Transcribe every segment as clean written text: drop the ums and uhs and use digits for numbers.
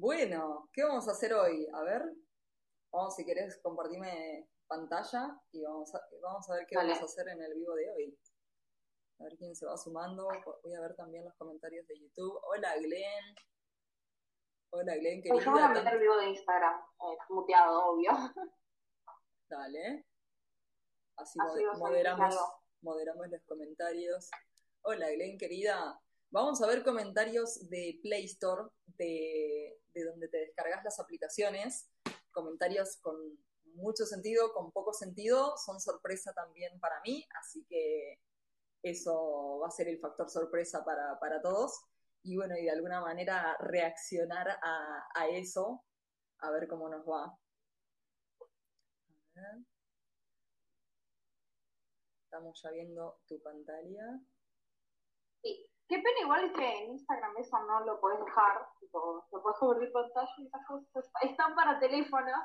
Bueno, ¿qué vamos a hacer hoy? A ver, vamos si querés compartirme pantalla y vamos a ver qué vamos a Dale. hacer en el vivo de hoy. A ver quién se va sumando. Voy a ver también los comentarios de YouTube. Hola Glenn, Pues yo voy a querida. meter el vivo de Instagram, muteado, obvio. Dale, así Así vos sabés que moderamos, salgo. moderamos los comentarios. Hola Glenn, querida. Vamos a ver comentarios de Play Store, de donde te descargas las aplicaciones. Comentarios con mucho sentido, con poco sentido, son sorpresa también para mí, así que eso va a ser el factor sorpresa para todos. Y bueno, y de alguna manera reaccionar a eso, a ver cómo nos va. A ver, estamos ya viendo tu pantalla. Sí. Qué pena igual que en Instagram eso no lo podés dejar, tipo, lo podés convertir en pantalla y esas cosas están para teléfonos,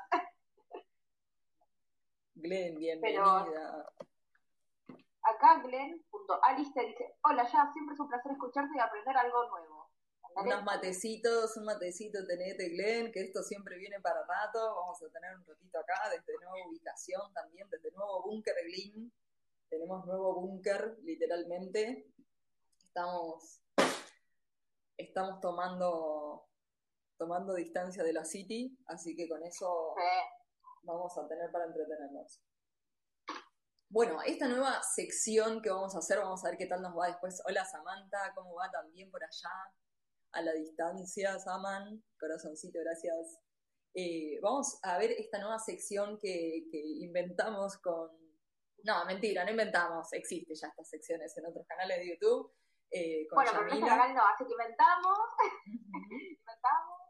Glenn, pero bienvenida. acá Glenn.alice te dice, hola, ya, siempre es un placer escucharte y aprender algo nuevo. Unos Andale, también. matecitos, un matecito tenete, Glenn, que esto siempre viene para rato. Vamos a tener un ratito acá, desde nueva ubicación también, desde nuevo búnker, Glenn. Tenemos nuevo búnker, literalmente. Estamos, estamos tomando distancia de la City, así que con eso vamos a tener para entretenernos. Bueno, esta nueva sección que vamos a hacer, vamos a ver qué tal nos va después. Hola Samantha, ¿cómo va también por allá? A la distancia, Saman, corazoncito, gracias. Vamos a ver esta nueva sección que inventamos con... No, mentira, no inventamos, existe ya estas secciones en otros canales de YouTube, con Bueno, pero en este Yamila. canal no, así que inventamos, Uh-huh. inventamos.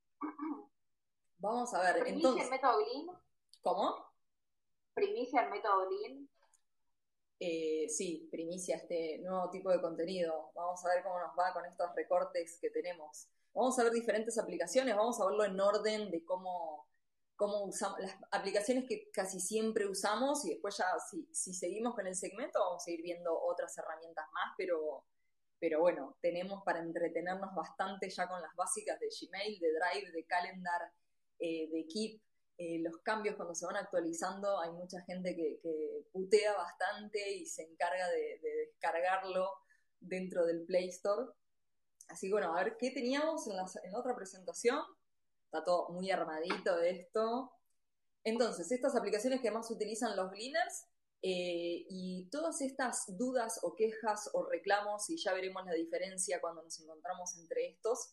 Vamos a ver, Primicia el entonces, método Glean, ¿cómo? primicia el método Glean. Sí, primicia este nuevo tipo de contenido. Vamos a ver cómo nos va con estos recortes que tenemos. Vamos a ver diferentes aplicaciones, vamos a verlo en orden de cómo usamos las aplicaciones que casi siempre usamos y después ya si seguimos con el segmento vamos a ir viendo otras herramientas más, pero bueno, tenemos para entretenernos bastante ya con las básicas de Gmail, de Drive, de Calendar, de Keep. Los cambios cuando se van actualizando, hay mucha gente que putea bastante y se encarga de descargarlo dentro del Play Store. Así que bueno, a ver qué teníamos en la otra presentación. Está todo muy armadito esto. Entonces, estas aplicaciones que más utilizan los Gleaners y todas estas dudas o quejas o reclamos, y ya veremos la diferencia cuando nos encontramos entre estos,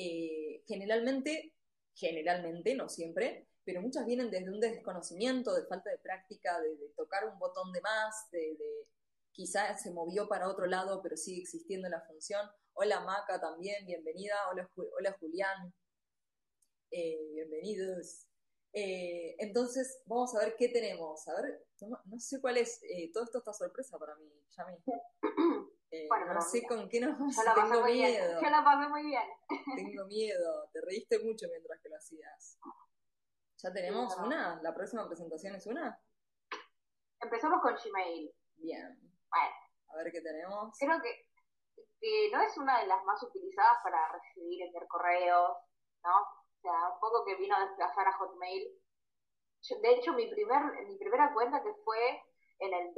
generalmente, no siempre, pero muchas vienen desde un desconocimiento, de falta de práctica, de tocar un botón de más, de quizás se movió para otro lado, pero sigue existiendo la función. Hola Maca también, bienvenida. Hola Julián, bienvenidos. Entonces, vamos a ver qué tenemos. A ver, no sé cuál es. Todo esto está sorpresa para mí, Yami. Bueno, No pero sé mira, con qué nos yo vamos. la pasé Tengo muy bien, yo miedo. la pasé muy bien. Tengo miedo. Te reíste mucho mientras que lo hacías. ¿Ya Sí, tenemos pero una? ¿La próxima presentación es una? empezamos con Gmail. Bien. Bueno, A ver qué tenemos. creo que no es una de las más utilizadas para recibir, enviar correos, ¿no? O sea, un poco que vino a desplazar a Hotmail. De hecho, mi primera cuenta que fue en el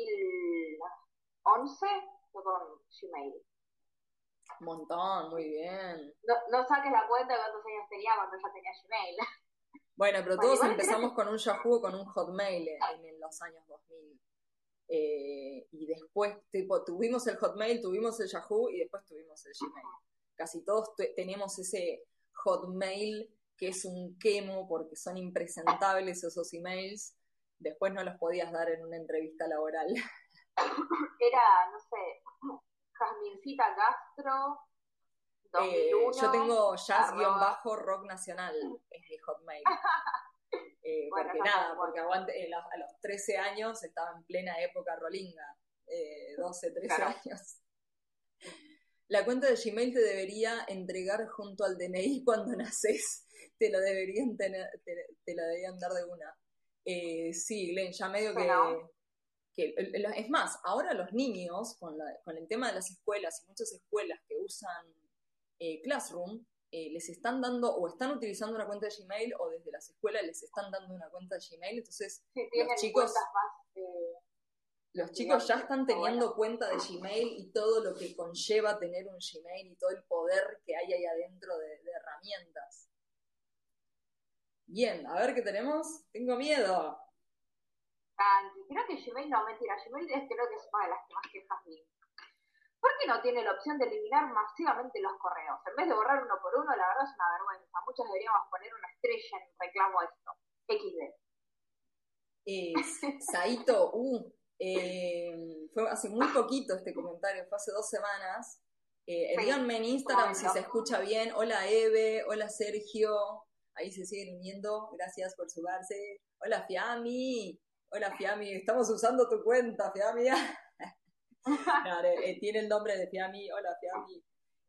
2011 fue con Gmail. Un montón, muy bien. No, no saques la cuenta de cuántos años tenía cuando ya tenía Gmail. Bueno, pero Bueno, todos igual creo empezamos que con un Yahoo o con un Hotmail en los años 2000. Y después, tipo, tuvimos el Hotmail, tuvimos el Yahoo y después tuvimos el Gmail. Casi todos tenemos ese Hotmail que es un quemo porque son impresentables esos emails. Después no los podías dar en una entrevista laboral. era, no sé, Jasmincita Castro, Yo 2001, tengo arroba. jazz-rock nacional, es mi Hotmail. Bueno, Porque esa nada, también, porque a los 13 años estaba en plena época rolinga, 12, 13 claro. años. La cuenta de Gmail te debería entregar junto al DNI cuando naces. Te lo deberían tener, te lo deberían dar de una. Sí, Glenn, ya medio Sí, ¿no? es más, ahora los niños, con el tema de las escuelas y muchas escuelas que usan Classroom, les están dando o están utilizando una cuenta de Gmail o desde las escuelas les están dando una cuenta de Gmail, entonces Sí, tienen cuentas más... los chicos ya digamos, están teniendo bueno. cuenta de Gmail y todo lo que conlleva tener un Gmail y todo el poder que hay ahí adentro de herramientas. Bien, a ver qué tenemos. Tengo miedo. Creo que Gmail, no, mentira, Gmail creo que es una de las que más quejas vi. ¿Por qué no tiene la opción de eliminar masivamente los correos? En vez de borrar uno por uno, la verdad es una vergüenza. Muchos deberíamos poner una estrella en reclamo a esto. XD. Saito, fue hace muy poquito este comentario, fue hace 2 semanas. Sí, Díganme en un Instagram si momento. se escucha bien. Hola Eve, hola Sergio. Ahí se siguen uniendo. Gracias por sumarse. Hola Fiami. Hola Fiami. Estamos usando tu cuenta, Fiami. No, tiene el nombre de Fiami. Hola Fiami.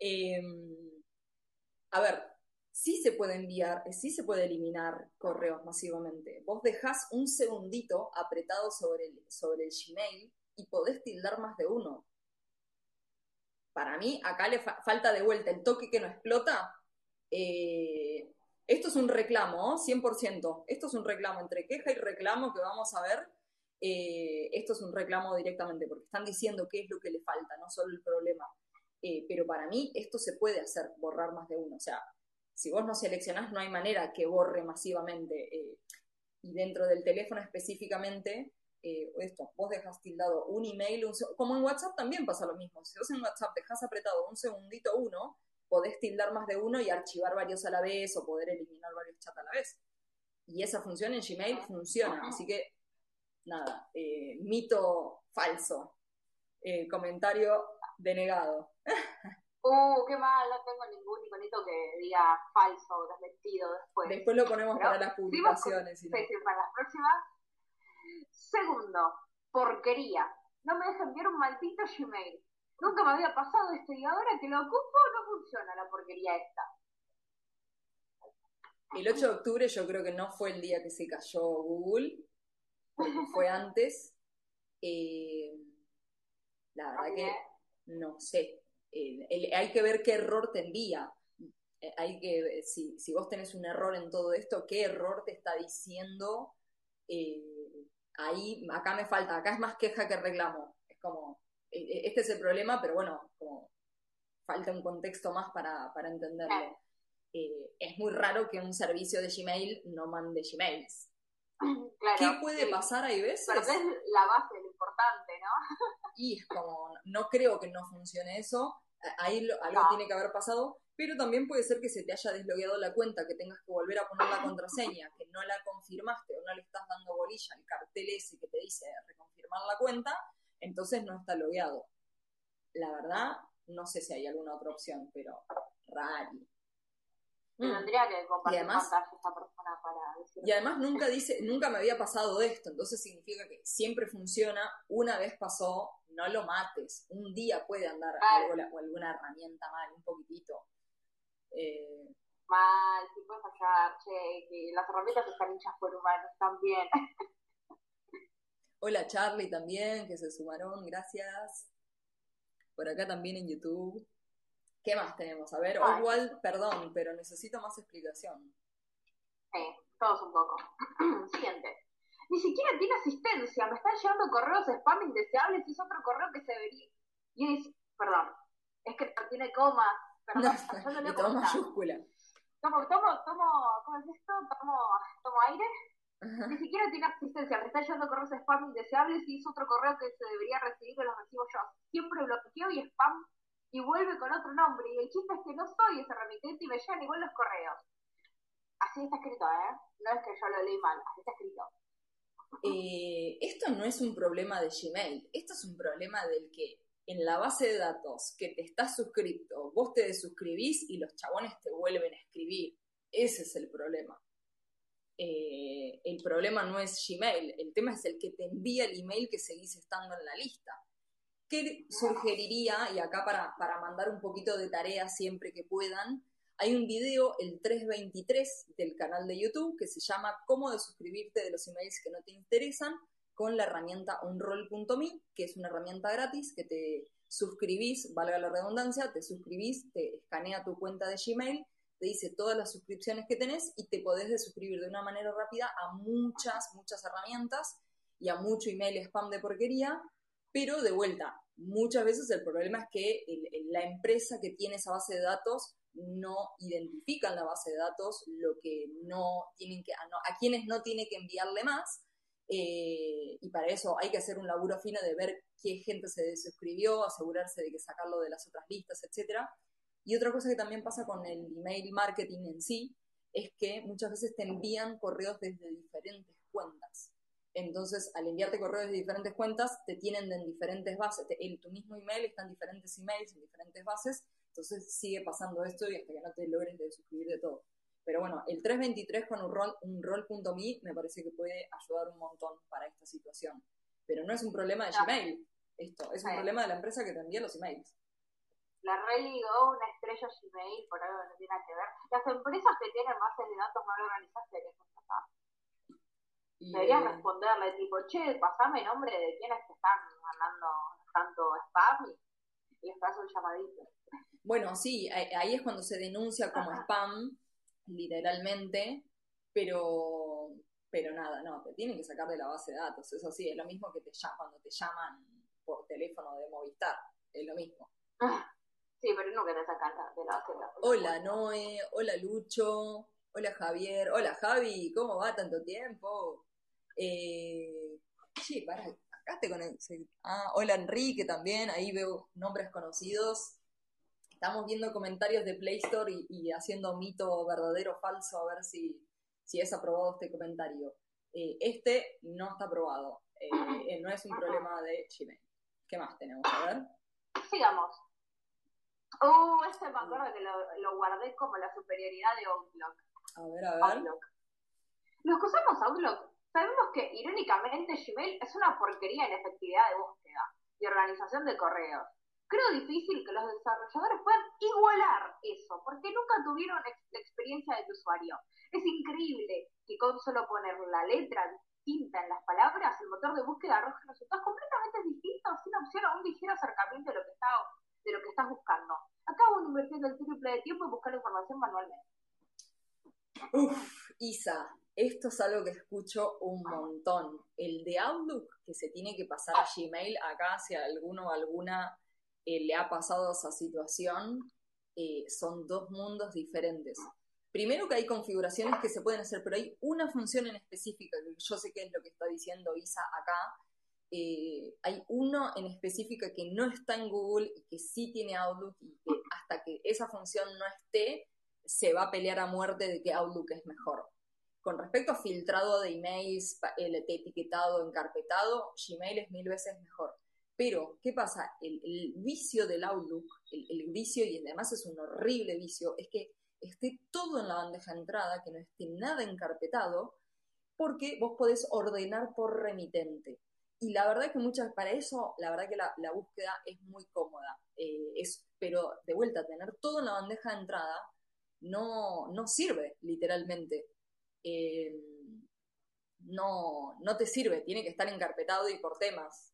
A ver, sí se puede enviar, sí se puede eliminar correos masivamente. Vos dejás un segundito apretado sobre el Gmail y podés tildar más de uno. Para mí, acá le falta de vuelta el toque que no explota. Esto es un reclamo, 100%. Esto es un reclamo entre queja y reclamo que vamos a ver. Esto es un reclamo directamente porque están diciendo qué es lo que le falta, no solo el problema. Pero para mí esto se puede hacer, borrar más de uno. O sea, si vos no seleccionás, no hay manera que borre masivamente. Y dentro del teléfono específicamente, vos dejas tildado un email, como en WhatsApp también pasa lo mismo. Si vos en WhatsApp dejas apretado un segundito uno, podés tildar más de uno y archivar varios a la vez o poder eliminar varios chats a la vez. Y esa función en Gmail funciona. Así que, nada, mito falso. Comentario denegado. Qué mal, no tengo ningún iconito que diga falso o desmentido después. Después lo ponemos Pero para las publicaciones. Sí, para las próximas. Segundo, porquería. No me deja enviar un maldito Gmail. Nunca me había pasado esto y ahora que lo ocupo no funciona la porquería esta. El 8 de octubre yo creo que no fue el día que se cayó Google, porque fue antes. La verdad que no sé. Hay que ver qué error te envía. Si vos tenés un error en todo esto, qué error te está diciendo. Ahí, acá me falta, acá es más queja que reclamo. Es como, este es el problema, pero bueno, como falta un contexto más para entenderlo. Es muy raro que un servicio de Gmail no mande Gmails. Claro, ¿Qué puede pasar? Hay veces. Pero es la base, lo importante, ¿no? Y es como, no creo que no funcione eso. Ahí algo tiene que haber pasado, pero también puede ser que se te haya deslogueado la cuenta, que tengas que volver a poner la contraseña, que no la confirmaste o no le estás dando bolilla al cartel ese que te dice reconfirmar la cuenta, entonces no está logueado. La verdad, no sé si hay alguna otra opción, pero rari. Tendría que compartir pantalla esta persona para decir. Y además nunca me había pasado esto, entonces significa que siempre funciona. Una vez pasó, no lo mates. Un día puede andar algo o alguna herramienta mal, un poquitito. Mal, si puede fallar, che, que las herramientas están hechas por humanos también. Hola Charlie también, que se sumaron, gracias. Por acá también en YouTube. ¿Qué más tenemos? A ver, Oswald, perdón, pero necesito más explicación. Sí, todos un poco. Siguiente. Ni siquiera tiene asistencia, me están llegando correos spam indeseables y es otro correo que se debería... Y es, perdón, es que no tiene comas, perdón, yo no leo como mayúscula. ¿Cómo es esto? Tomo aire. Ni siquiera tiene asistencia, me están llegando correos spam indeseables y es otro correo que se debería recibir que los recibo yo. Siempre bloqueo y spam y vuelve con otro nombre. Y el chiste es que no soy ese remitente y me llegan igual los correos. Así está escrito, ¿eh? No es que yo lo leí mal, así está escrito. Esto no es un problema de Gmail, esto es un problema del que en la base de datos que te estás suscrito, vos te desuscribís y los chabones te vuelven a escribir. Ese es el problema. El problema no es Gmail, el tema es el que te envía el email que seguís estando en la lista. ¿Qué sugeriría? Y acá para mandar un poquito de tarea siempre que puedan, hay un video, el 323 del canal de YouTube, que se llama Cómo desuscribirte de los emails que no te interesan, con la herramienta unroll.me, que es una herramienta gratis que te suscribís, valga la redundancia, te suscribís, te escanea tu cuenta de Gmail, te dice todas las suscripciones que tenés y te podés desuscribir de una manera rápida a muchas herramientas y a mucho email spam de porquería, pero de vuelta, muchas veces el problema es que la empresa que tiene esa base de datos no identifica en la base de datos lo que no tienen que, a quienes no tiene que enviarle más, y para eso hay que hacer un laburo fino de ver qué gente se desuscribió, asegurarse de que sacarlo de las otras listas, etcétera. Y otra cosa que también pasa con el email marketing en sí es que muchas veces te envían correos desde diferentes cuentas. Entonces, al enviarte correos de diferentes cuentas, te tienen en diferentes bases. Tu mismo email está en diferentes emails, en diferentes bases. Entonces, sigue pasando esto y hasta que no te logres de suscribir de todo. Pero bueno, el 323 con unroll.me me parece que puede ayudar un montón para esta situación. Pero no es un problema de Gmail. Esto es un problema de la empresa que te envía los emails. La religó una estrella Gmail, por algo no tiene nada que ver. Las empresas que tienen bases de datos mal organizadas deberían contratar. Deberías responderle, tipo, che, pasame nombre de quienes te están mandando tanto spam y les das un llamadito. Bueno, sí, ahí es cuando se denuncia como spam, literalmente, pero nada, no, te tienen que sacar de la base de datos. Eso sí, es lo mismo que cuando te llaman por teléfono de Movistar, es lo mismo. Sí, pero nunca te sacan de la base de datos. Hola Noé, hola Lucho, hola Javier, hola Javi, ¿cómo va tanto tiempo? Sí, para, acá te conecto. Hola Enrique también, ahí veo nombres conocidos. Estamos viendo comentarios de Play Store y haciendo mito verdadero o falso a ver si es aprobado este comentario. Este no está aprobado. No es un problema de Gmail. ¿Qué más tenemos? A ver. Sigamos. Este me acuerdo que lo guardé como la superioridad de Outlook. A ver. Outlook. Los que usamos Outlook sabemos que, irónicamente, Gmail es una porquería en efectividad de búsqueda y organización de correos. Creo difícil que los desarrolladores puedan igualar eso, porque nunca tuvieron la experiencia del usuario. Es increíble que con solo poner la letra distinta en las palabras, el motor de búsqueda arroje resultados completamente distintos, sin opción a un ligero acercamiento de lo que estás buscando. Acabo invirtiendo el triple de tiempo en buscar información manualmente. Isa, esto es algo que escucho un montón. El de Outlook, que se tiene que pasar a Gmail, acá si a alguno o alguna le ha pasado esa situación, son dos mundos diferentes. Primero que hay configuraciones que se pueden hacer, pero hay una función en específica, que yo sé qué es lo que está diciendo Isa acá. Hay uno en específica que no está en Google y que sí tiene Outlook, y que hasta que esa función no esté, se va a pelear a muerte de que Outlook es mejor. Con respecto a filtrado de emails, etiquetado, encarpetado, Gmail es 1000 veces mejor. Pero, ¿qué pasa? El vicio del Outlook, el vicio, y además es un horrible vicio, es que esté todo en la bandeja de entrada, que no esté nada encarpetado, porque vos podés ordenar por remitente. Y la verdad es que para eso, la verdad que la búsqueda es muy cómoda. Pero, de vuelta, tener todo en la bandeja de entrada no sirve, literalmente. No te sirve, tiene que estar encarpetado y por temas.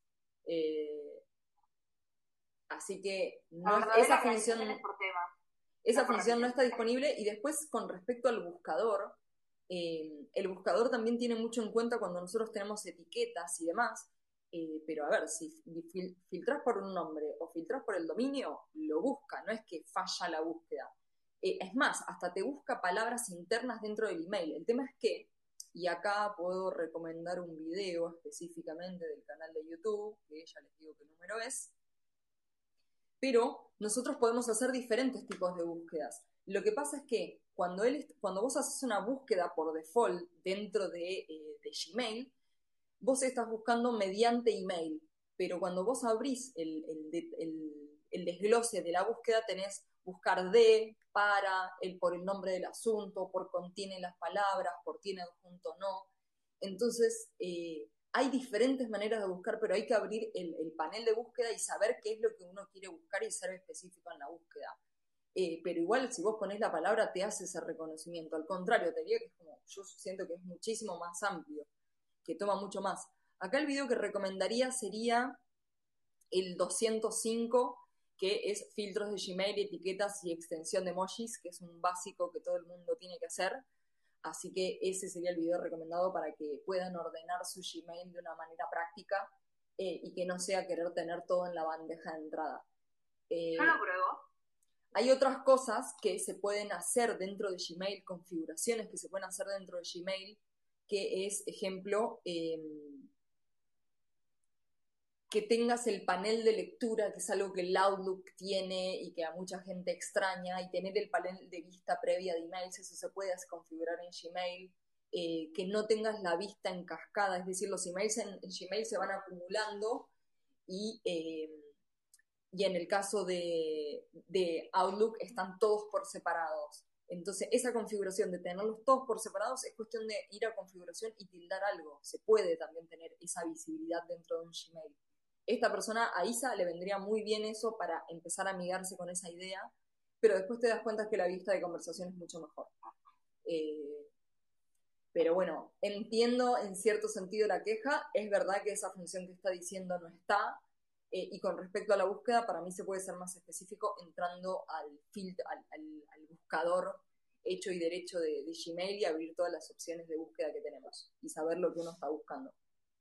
Así que esa función no está disponible. Y después, con respecto al buscador, el buscador también tiene mucho en cuenta cuando nosotros tenemos etiquetas y demás. Pero a ver, si filtrás por un nombre o filtrás por el dominio, lo busca, no es que falla la búsqueda. Es más, hasta te busca palabras internas dentro del email. El tema es que, y acá puedo recomendar un video específicamente del canal de YouTube, que ya les digo qué número es, pero nosotros podemos hacer diferentes tipos de búsquedas. Lo que pasa es que cuando vos haces una búsqueda por default dentro de Gmail, vos estás buscando mediante email, pero cuando vos abrís el desglose de la búsqueda tenés buscar por el nombre del asunto, por contiene las palabras, por tiene adjunto no. Entonces, hay diferentes maneras de buscar, pero hay que abrir el panel de búsqueda y saber qué es lo que uno quiere buscar y ser específico en la búsqueda. Pero igual, si vos ponés la palabra, te hace ese reconocimiento. Al contrario, te diría que yo siento que es muchísimo más amplio, que toma mucho más. Acá el video que recomendaría sería el 205, que es filtros de Gmail, etiquetas y extensión de emojis, que es un básico que todo el mundo tiene que hacer. Así que ese sería el video recomendado para que puedan ordenar su Gmail de una manera práctica y que no sea querer tener todo en la bandeja de entrada. Yo lo pruebo. Hay otras cosas que se pueden hacer dentro de Gmail, configuraciones que se pueden hacer dentro de Gmail, que es, ejemplo, que tengas el panel de lectura, que es algo que el Outlook tiene y que a mucha gente extraña, y tener el panel de vista previa de emails, eso se puede configurar en Gmail, que no tengas la vista en cascada, es decir, los emails en Gmail se van acumulando y en el caso de Outlook están todos por separados. Entonces, esa configuración de tenerlos todos por separados es cuestión de ir a configuración y tildar algo. Se puede también tener esa visibilidad dentro de un Gmail. Esta persona, a Isa, le vendría muy bien eso para empezar a amigarse con esa idea, pero después te das cuenta que la vista de conversación es mucho mejor. Pero bueno, entiendo en cierto sentido la queja, es verdad que esa función que está diciendo no está, y con respecto a la búsqueda, para mí se puede ser más específico entrando al buscador hecho y derecho de Gmail y abrir todas las opciones de búsqueda que tenemos y saber lo que uno está buscando.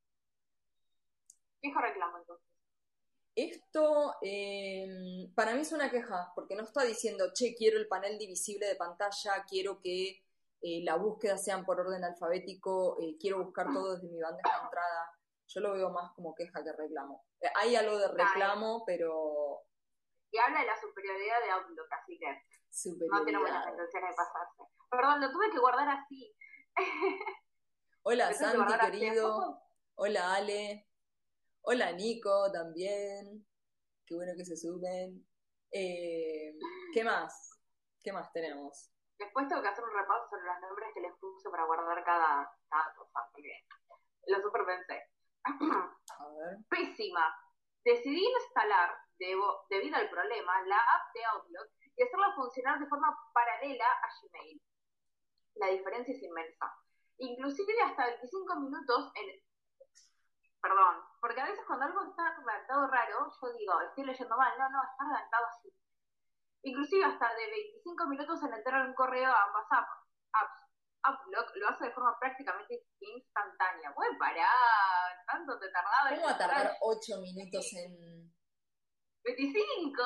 Fijo reclamo entonces. Esto para mí es una queja, porque no está diciendo, che, quiero el panel divisible de pantalla, quiero que la búsqueda sean por orden alfabético, quiero buscar todo desde mi bandeja de entrada. Yo lo veo más como queja que reclamo. Hay algo de reclamo, pero... Y habla de la superioridad de Outlook, así que no tiene buenas intenciones de pasarse. Perdón, lo tuve que guardar así. Hola Santi, querido. Hola Ale. Hola Nico, también. Qué bueno que se suben. ¿Qué más? ¿Qué más tenemos? Después tengo que hacer un repaso sobre los nombres que les puse para guardar cada cosa, porque lo super pensé. A ver. Pésima. Decidí instalar, debido al problema, la app de Outlook y hacerla funcionar de forma paralela a Gmail. La diferencia es inmensa. Inclusive hasta 25 minutos en... Perdón, porque a veces cuando algo está redactado raro, yo digo, estoy leyendo mal. No, está redactado así. Inclusive hasta de 25 minutos en entrar un correo a ambas apps. Outlook lo hace de forma prácticamente instantánea. Pueden parar, tanto te tardaba. ¿Cómo va a tardar 8 minutos en...? 25.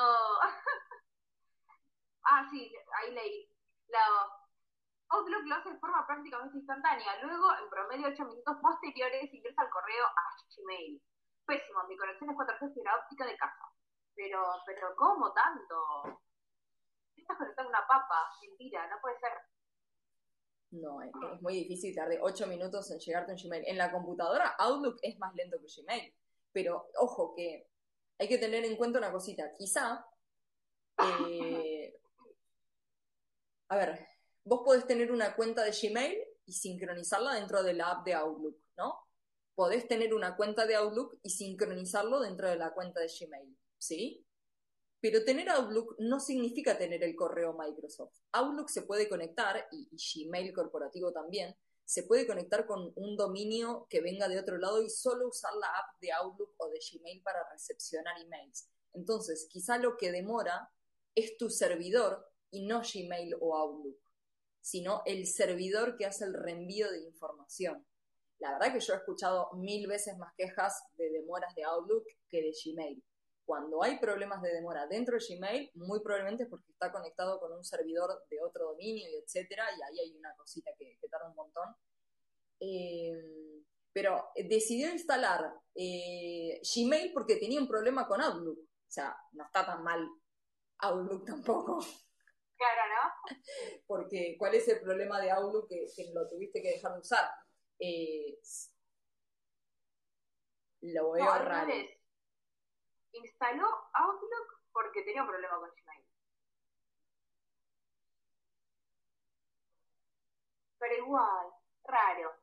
Sí, ahí leí. Outlook lo hace de forma prácticamente instantánea. Luego, en promedio 8 minutos posteriores, ingresa al correo a Gmail. Pésimo, mi conexión es 4G fibra óptica de casa. Pero, ¿cómo tanto? Estás conectado a una papa, mentira, no puede ser. No, es muy difícil, tardar 8 minutos en llegarte a un Gmail. En la computadora, Outlook es más lento que Gmail. Pero, ojo, que hay que tener en cuenta una cosita. Quizá, a ver, vos podés tener una cuenta de Gmail y sincronizarla dentro de la app de Outlook, ¿no? Podés tener una cuenta de Outlook y sincronizarlo dentro de la cuenta de Gmail, ¿sí? Pero tener Outlook no significa tener el correo Microsoft. Outlook se puede conectar, y Gmail corporativo también, se puede conectar con un dominio que venga de otro lado y solo usar la app de Outlook o de Gmail para recepcionar emails. Entonces, quizá lo que demora es tu servidor y no Gmail o Outlook, sino el servidor que hace el reenvío de información. La verdad que yo he escuchado 1000 veces más quejas de demoras de Outlook que de Gmail. Cuando hay problemas de demora dentro de Gmail, muy probablemente es porque está conectado con un servidor de otro dominio y etcétera, y ahí hay una cosita que tarda un montón. Pero decidió instalar Gmail porque tenía un problema con Outlook. O sea, no está tan mal Outlook tampoco. Claro, ¿no? Porque, ¿cuál es el problema de Outlook que lo tuviste que dejar de usar? Lo veo raro. Instaló Outlook porque tenía un problema con Gmail. Pero igual, raro.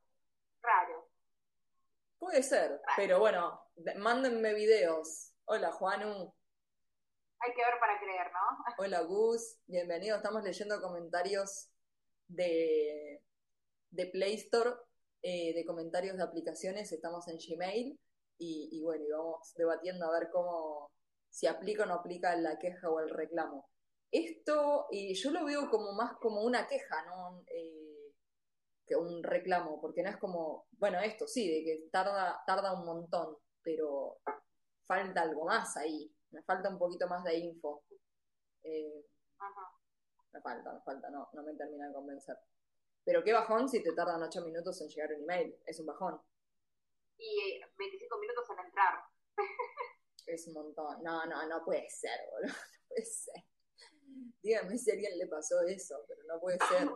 Puede ser, pero bueno, mándenme videos. Hola, Juanu. Hay que ver para creer, ¿no? Hola, Gus. Bienvenido. Estamos leyendo comentarios de Play Store, de comentarios de aplicaciones. Estamos en Gmail y bueno, y vamos debatiendo a ver cómo si aplica o no aplica la queja o el reclamo. Esto yo lo veo como más como una queja, ¿no? Que un reclamo, porque no es como, bueno, esto sí, de que tarda un montón, pero falta algo más ahí, me falta un poquito más de info. Eh, Ajá. no me termina de convencer. Pero qué bajón si te tardan 8 minutos en llegar un email, es un bajón. Y 25 minutos en entrar. Es un montón. No puede ser, boludo. No puede ser. Dígame si a alguien le pasó eso, pero no puede ser.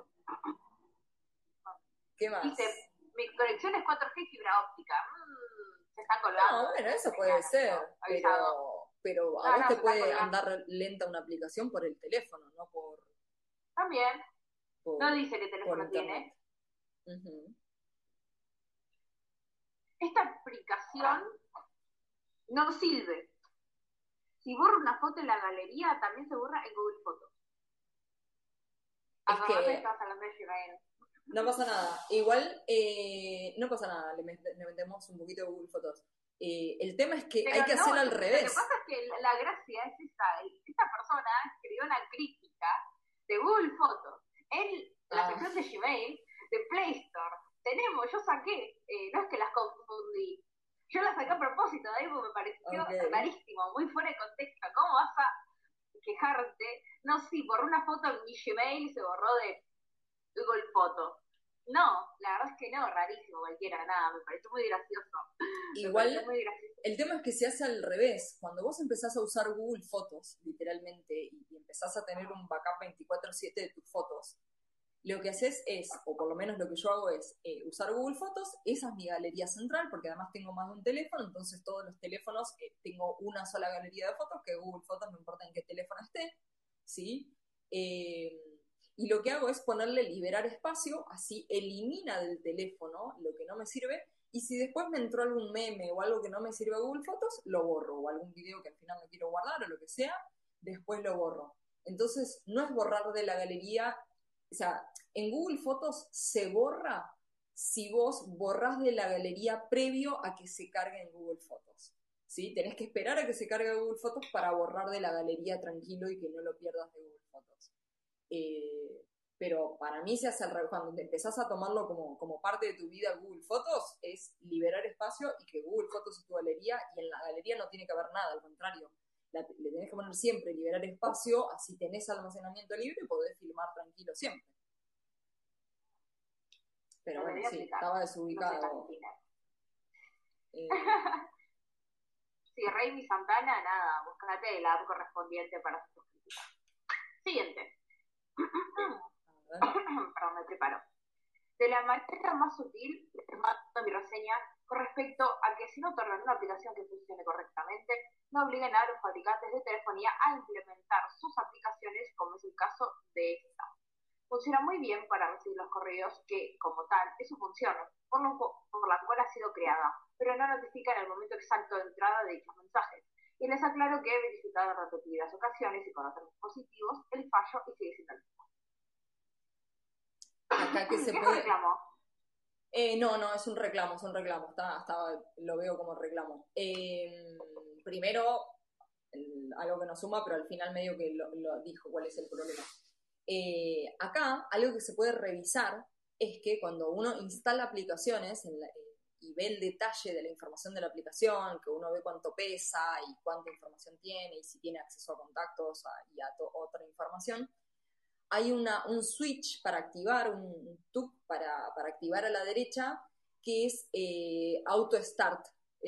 ¿Qué más? Dice, mi conexión es 4G fibra óptica. Se está No, colgando. bueno, eso puede ser, Avisado. pero a No, vos no, te se está puede colgando. andar lenta una aplicación por el teléfono, no También. por, No dice qué por teléfono internet. tiene. Uh-huh. Esta aplicación no sirve. Si borro una foto en la galería, también se borra en Google Fotos. Es Acordate que que estabas hablando de Gmail. no pasa nada. Igual no pasa nada, le metemos un poquito de Google Fotos. El tema es que hay Pero que no, hacerlo al lo que revés. pasa es que la gracia es esta. Esta persona escribió una crítica de Google Fotos en la Ah, sección de Gmail de Play Store. Yo saqué, no es que las confundí. Yo las saqué a propósito de ahí porque me pareció ok. rarísimo, muy fuera de contexto. ¿Cómo vas a quejarte? No, sí, borró una foto en mi Gmail y se borró de Google Fotos. No, la verdad es que no, rarísimo, cualquiera, nada, me pareció muy gracioso. Me pareció Igual, muy gracioso. el tema es que se hace al revés. Cuando vos empezás a usar Google Fotos, literalmente, y empezás a tener un backup 24/7 de tus fotos, lo que haces es, o por lo menos lo que yo hago es, usar Google Fotos, esa es mi galería central, porque además tengo más de un teléfono, entonces todos los teléfonos tengo una sola galería de fotos, que Google Fotos no importa en qué teléfono esté, ¿sí? Eh, y lo que hago es ponerle liberar espacio, así elimina del teléfono lo que no me sirve, y si después me entró algún meme o algo que no me sirve a Google Fotos, lo borro, o algún video que al final no quiero guardar o lo que sea, después lo borro. Entonces, no es borrar de la galería, o sea, en Google Fotos se borra si vos borrás de la galería previo a que se cargue en Google Fotos. ¿Sí? Tenés que esperar a que se cargue Google Fotos para borrar de la galería tranquilo y que no lo pierdas de Google Fotos. Pero para mí se hace al revés. Cuando te empezás a tomarlo como parte de tu vida Google Fotos, es liberar espacio y que Google Fotos es tu galería y en la galería no tiene que haber nada, al contrario. Le tenés que poner siempre liberar espacio, así tenés almacenamiento libre y podés filmar tranquilo siempre. Pero Lo bueno, debería sí, aplicar. estaba No sé tan desubicado. fina. Eh, Sí, Raimi Santana, nada, buscate el app correspondiente para sus críticas. Siguiente. a ver. Perdón, me preparo. De la manera más sutil, les mando mi reseña con respecto a que si no otorgan una aplicación que funcione correctamente, no obliguen a los fabricantes de telefonía a implementar sus aplicaciones, como es el caso de esta. Funciona muy bien para recibir los correos, que, como tal, es su función, por la cual ha sido creada, pero no notifica en el momento exacto de entrada de dichos mensajes. Y les aclaro que he verificado en repetidas ocasiones y con otros dispositivos el fallo y sigue siendo el mismo. Acá que se ¿Qué puede. reclamo? No, es un reclamo, lo veo como reclamo. Primero, algo que nos suma, pero al final medio que lo dijo cuál es el problema. Acá, algo que se puede revisar es que cuando uno instala aplicaciones y ve el detalle de la información de la aplicación, que uno ve cuánto pesa y cuánta información tiene y si tiene acceso a contactos y a otra información, hay un switch para activar, un TUC para activar a la derecha, que es auto start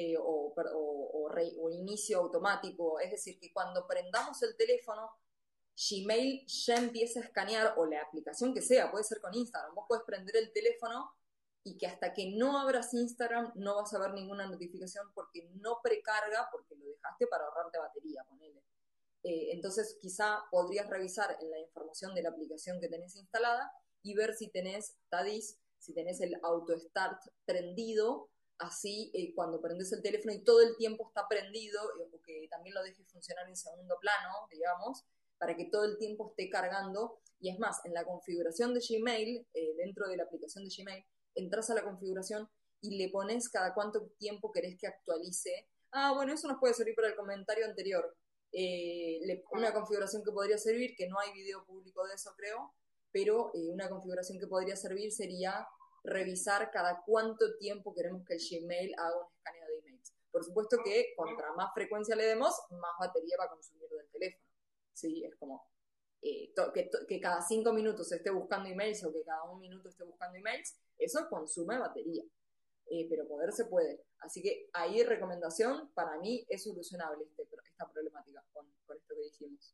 o inicio automático. Es decir, que cuando prendamos el teléfono, Gmail ya empieza a escanear, o la aplicación que sea, puede ser con Instagram, vos podés prender el teléfono y que hasta que no abras Instagram no vas a ver ninguna notificación porque no precarga, porque lo dejaste para ahorrarte batería, ponele. Entonces quizá podrías revisar en la información de la aplicación que tenés instalada y ver si tenés TADIS, si tenés el auto start prendido, así cuando prendes el teléfono y todo el tiempo está prendido, o que también lo dejes funcionar en segundo plano, digamos, para que todo el tiempo esté cargando. Y es más, en la configuración de Gmail, dentro de la aplicación de Gmail, entras a la configuración y le pones cada cuánto tiempo querés que actualice. Ah, bueno, eso nos puede servir para el comentario anterior. Una configuración que podría servir, que no hay video público de eso creo, pero una configuración que podría servir sería revisar cada cuánto tiempo queremos que el Gmail haga un escaneo de emails. Por supuesto que contra más frecuencia le demos, más batería va a consumir del teléfono. ¿Sí? Es como que cada 5 minutos esté buscando emails o que cada 1 minuto esté buscando emails, eso consume batería. Pero poder se puede. Así que ahí recomendación, para mí es solucionable esta problemática con esto que dijimos.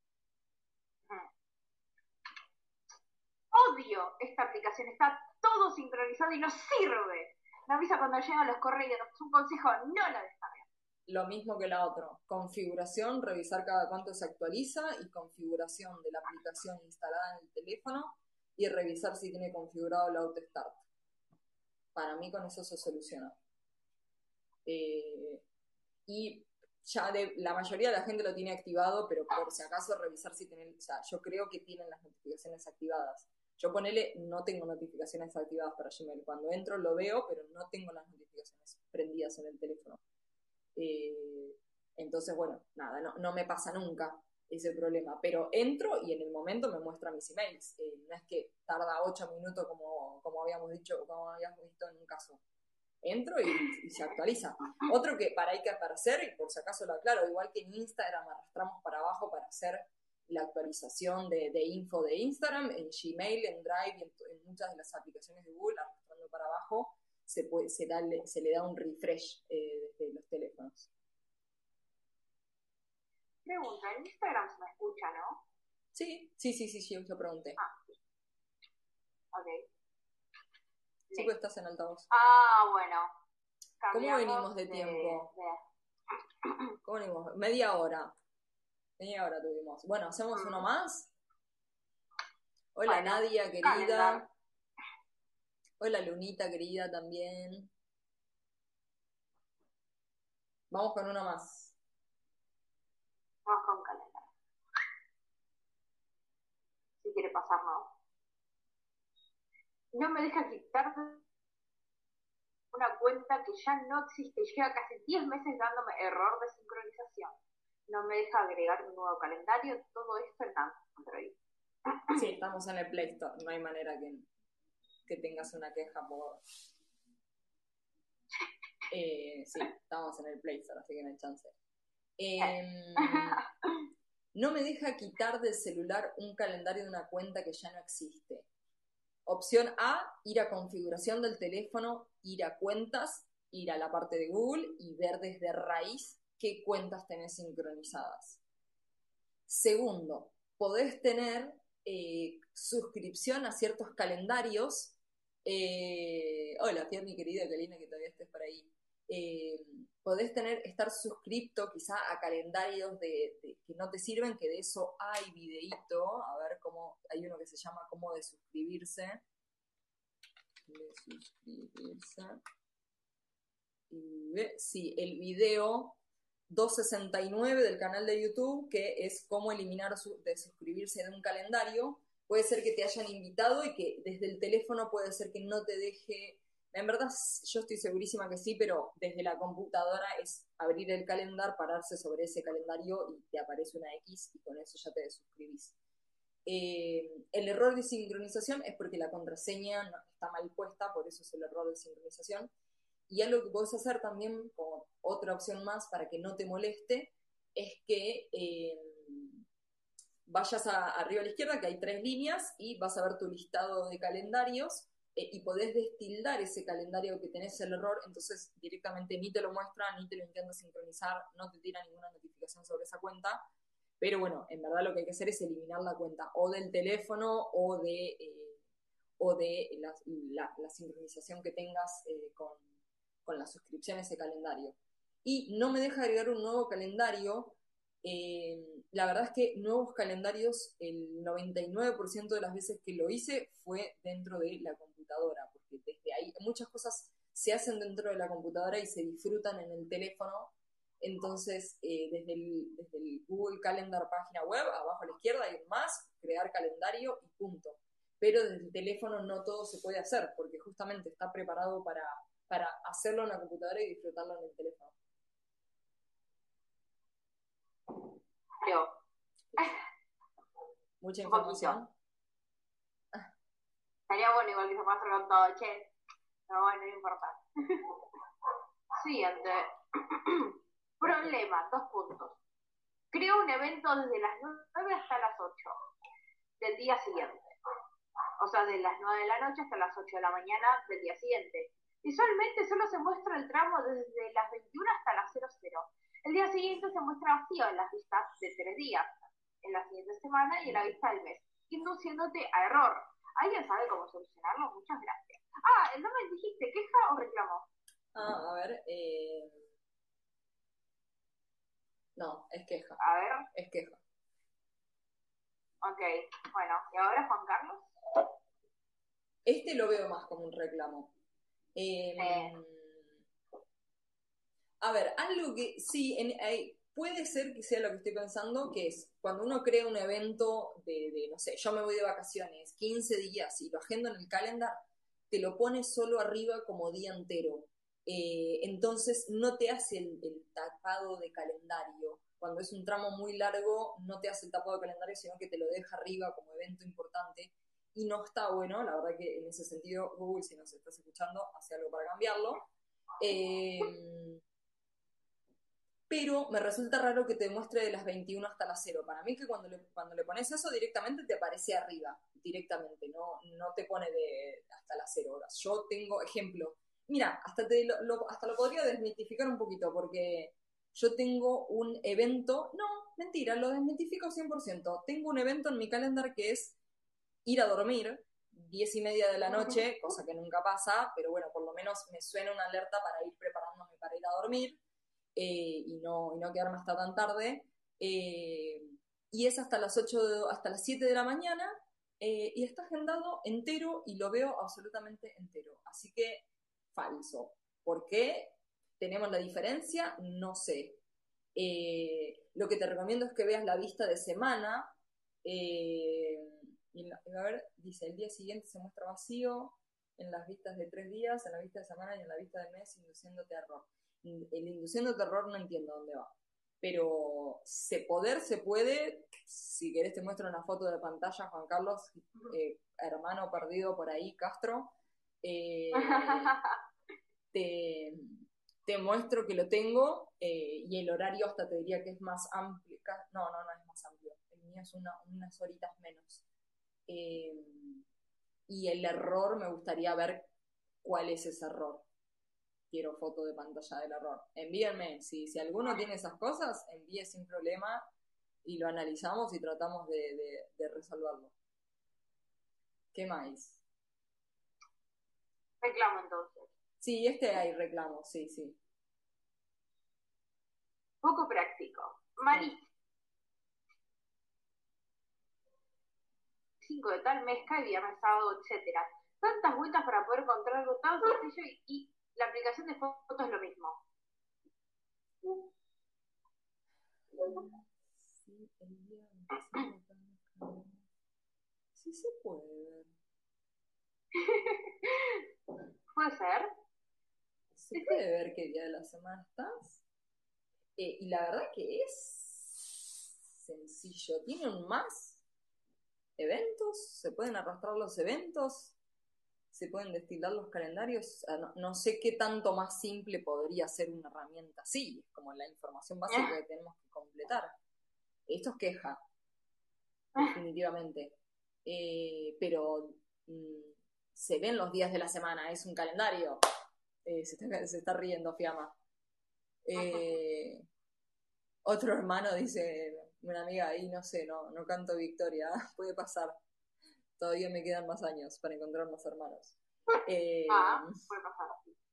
Odio esta aplicación, está todo sincronizado y no sirve. Me avisa cuando llegan los correos, un consejo, no la descarguen. Lo mismo que la otra, configuración, revisar cada cuánto se actualiza y configuración de la aplicación instalada en el teléfono y revisar si tiene configurado el auto start. Para mí con eso se soluciona. Y ya la mayoría de la gente lo tiene activado, pero por si acaso revisar si tienen, o sea, yo creo que tienen las notificaciones activadas. Yo ponele, no tengo notificaciones activadas para Gmail. Cuando entro lo veo, pero no tengo las notificaciones prendidas en el teléfono. Entonces, bueno, nada, no me pasa nunca ese problema, pero entro y en el momento me muestra mis emails. No es que tarda 8 minutos como habíamos dicho, como habíamos visto en un caso. Entro y se actualiza. Otro que hay que aparecer, y por si acaso lo aclaro, igual que en Instagram arrastramos para abajo para hacer la actualización de info de Instagram, en Gmail, en Drive y en muchas de las aplicaciones de Google, arrastrando para abajo, se le da un refresh desde los teléfonos. Pregunta, en Instagram se me escucha, ¿no? Sí, yo pregunté. Ok. Sí, pues estás en altavoz. Bueno. ¿Cómo venimos de tiempo? ¿Cómo venimos? Media hora tuvimos. Bueno, ¿hacemos uno más? Hola, bueno, Nadia, querida. Calendar. Hola, Lunita, querida, también. Vamos con uno más. Vamos con calendar. Si quiere pasarnos. No me deja quitar una cuenta que ya no existe. Lleva casi 10 meses dándome error de sincronización. No me deja agregar un nuevo calendario. Todo esto en Android. Sí, estamos en el Play Store. No hay manera que tengas una queja por... sí, estamos en el Play Store, así que no hay chance. No me deja quitar del celular un calendario de una cuenta que ya no existe. Opción A, ir a configuración del teléfono, ir a cuentas, ir a la parte de Google y ver desde raíz qué cuentas tenés sincronizadas. Segundo, podés tener suscripción a ciertos calendarios. Hola, mi querida, qué linda que todavía estés por ahí. Podés estar suscripto quizá a calendarios que no te sirven, que de eso hay videíto, a ver cómo, hay uno que se llama cómo de suscribirse. Sí, el video 269 del canal de YouTube, que es cómo eliminar de suscribirse de un calendario. Puede ser que te hayan invitado y que desde el teléfono puede ser que no te deje. En verdad, yo estoy segurísima que sí, pero desde la computadora es abrir el calendario, pararse sobre ese calendario y te aparece una X y con eso ya te desuscribís. El error de sincronización es porque la contraseña está mal puesta, por eso es el error de sincronización. Y algo que podés hacer también, como otra opción más para que no te moleste, es que vayas arriba a la izquierda, que hay 3 líneas, y vas a ver tu listado de calendarios, y podés destildar ese calendario que tenés el error, entonces directamente ni te lo muestra, ni te lo intenta sincronizar, no te tira ninguna notificación sobre esa cuenta. Pero bueno, en verdad lo que hay que hacer es eliminar la cuenta o del teléfono o de la sincronización que tengas con la suscripción a ese calendario. Y no me deja agregar un nuevo calendario. La verdad es que nuevos calendarios, el 99% de las veces que lo hice fue dentro de la computadora, porque desde ahí muchas cosas se hacen dentro de la computadora y se disfrutan en el teléfono. Entonces, desde el Google Calendar página web, abajo a la izquierda hay un más, crear calendario y punto. Pero desde el teléfono no todo se puede hacer, porque justamente está preparado para hacerlo en la computadora y disfrutarlo en el teléfono. Mucha Un poquito. información. Estaría bueno igual que se pueda hacer con todo, che. Pero bueno, no importa. Siguiente. Problema, 2 puntos. Creo un evento desde las 9 hasta las 8 del día siguiente. O sea, de las 9 de la noche hasta las 8 de la mañana del día siguiente. Visualmente solo se muestra el tramo desde las 21 hasta las 00. El día siguiente se muestra vacío en las vistas de 3 días, en la siguiente semana y en la vista del mes, induciéndote a error. ¿Alguien sabe cómo solucionarlo? Muchas gracias. ¿No me dijiste queja o reclamo? A ver, no, es queja. A ver. Es queja. Ok, bueno, ¿y ahora Juan Carlos? Este lo veo más como un reclamo. A ver, algo que sí, puede ser que sea lo que estoy pensando, que es cuando uno crea un evento de, no sé, yo me voy de vacaciones, 15 días y lo agendo en el calendar, te lo pone solo arriba como día entero. Entonces no te hace el tapado de calendario. Cuando es un tramo muy largo, no te hace el tapado de calendario, sino que te lo deja arriba como evento importante. Y no está bueno, la verdad que en ese sentido, Google, si nos estás escuchando, hace algo para cambiarlo. Pero me resulta raro que te muestre de las 21 hasta las 0. Para mí que cuando le pones eso directamente te aparece arriba, directamente, no te pone hasta las 0 horas. Yo tengo ejemplo, mira, hasta lo podría desmitificar un poquito, porque yo tengo un evento, no, mentira, lo desmitifico 100%. Tengo un evento en mi calendar que es ir a dormir, 10:30 de la noche, cosa que nunca pasa, pero bueno, por lo menos me suena una alerta para ir preparándome para ir a dormir. Y no quedarme hasta tan tarde. Y es hasta las 8 hasta las 7 de la mañana, y está agendado entero y lo veo absolutamente entero. Así que falso. ¿Por qué tenemos la diferencia? No sé. Lo que te recomiendo es que veas la vista de semana. A ver, dice, el día siguiente se muestra vacío en las vistas de 3 días, en la vista de semana y en la vista de mes, induciéndote a error. El induciendo terror no entiendo dónde va. Pero se puede. Si querés te muestro una foto de pantalla, Juan Carlos, hermano perdido por ahí, Castro. Te muestro que lo tengo, y el horario hasta te diría que es más amplio. No es más amplio. El mío es unas horitas menos. Y el error, me gustaría ver cuál es ese error. Quiero foto de pantalla del error. Envíenme, si alguno tiene esas cosas, envíe sin problema y lo analizamos y tratamos de resolverlo. ¿Qué más? Reclamo entonces. Sí, hay reclamos, sí. Poco práctico. Maris. 5 de tal mes, cae viernes, sábado, etcétera. Tantas vueltas para poder encontrar algo tan sencillo y la aplicación de fotos es lo mismo. Sí, el día 25. Sí se puede ver. ¿Puede ser? Se puede ver qué día de la semana estás. Y la verdad que es sencillo. Tiene un más eventos, se pueden arrastrar los eventos, se pueden destilar los calendarios. No sé qué tanto más simple podría ser una herramienta así. Es como la información básica que tenemos que completar. Esto es queja, definitivamente. Pero se ven los días de la semana, es un calendario. Se está riendo Fiamma. Otro hermano dice, una amiga ahí, no sé, no canto victoria, puede pasar. Todavía me quedan más años para encontrar más hermanos. Puede pasar.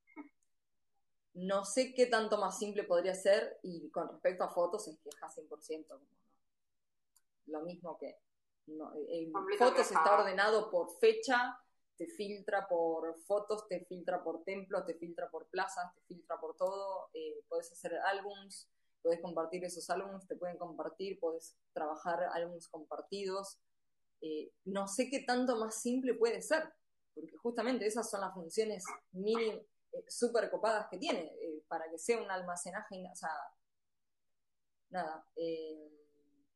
No sé qué tanto más simple podría ser, y con respecto a fotos es queja 100%. Como, ¿no? Lo mismo que fotos está ordenado por fecha, te filtra por fotos, te filtra por templos, te filtra por plazas, te filtra por todo. Puedes hacer álbums, puedes compartir esos álbums, te pueden compartir, puedes trabajar álbums compartidos. No sé qué tanto más simple puede ser, porque justamente esas son las funciones mínimas, súper copadas que tiene, para que sea un almacenaje, o sea, nada.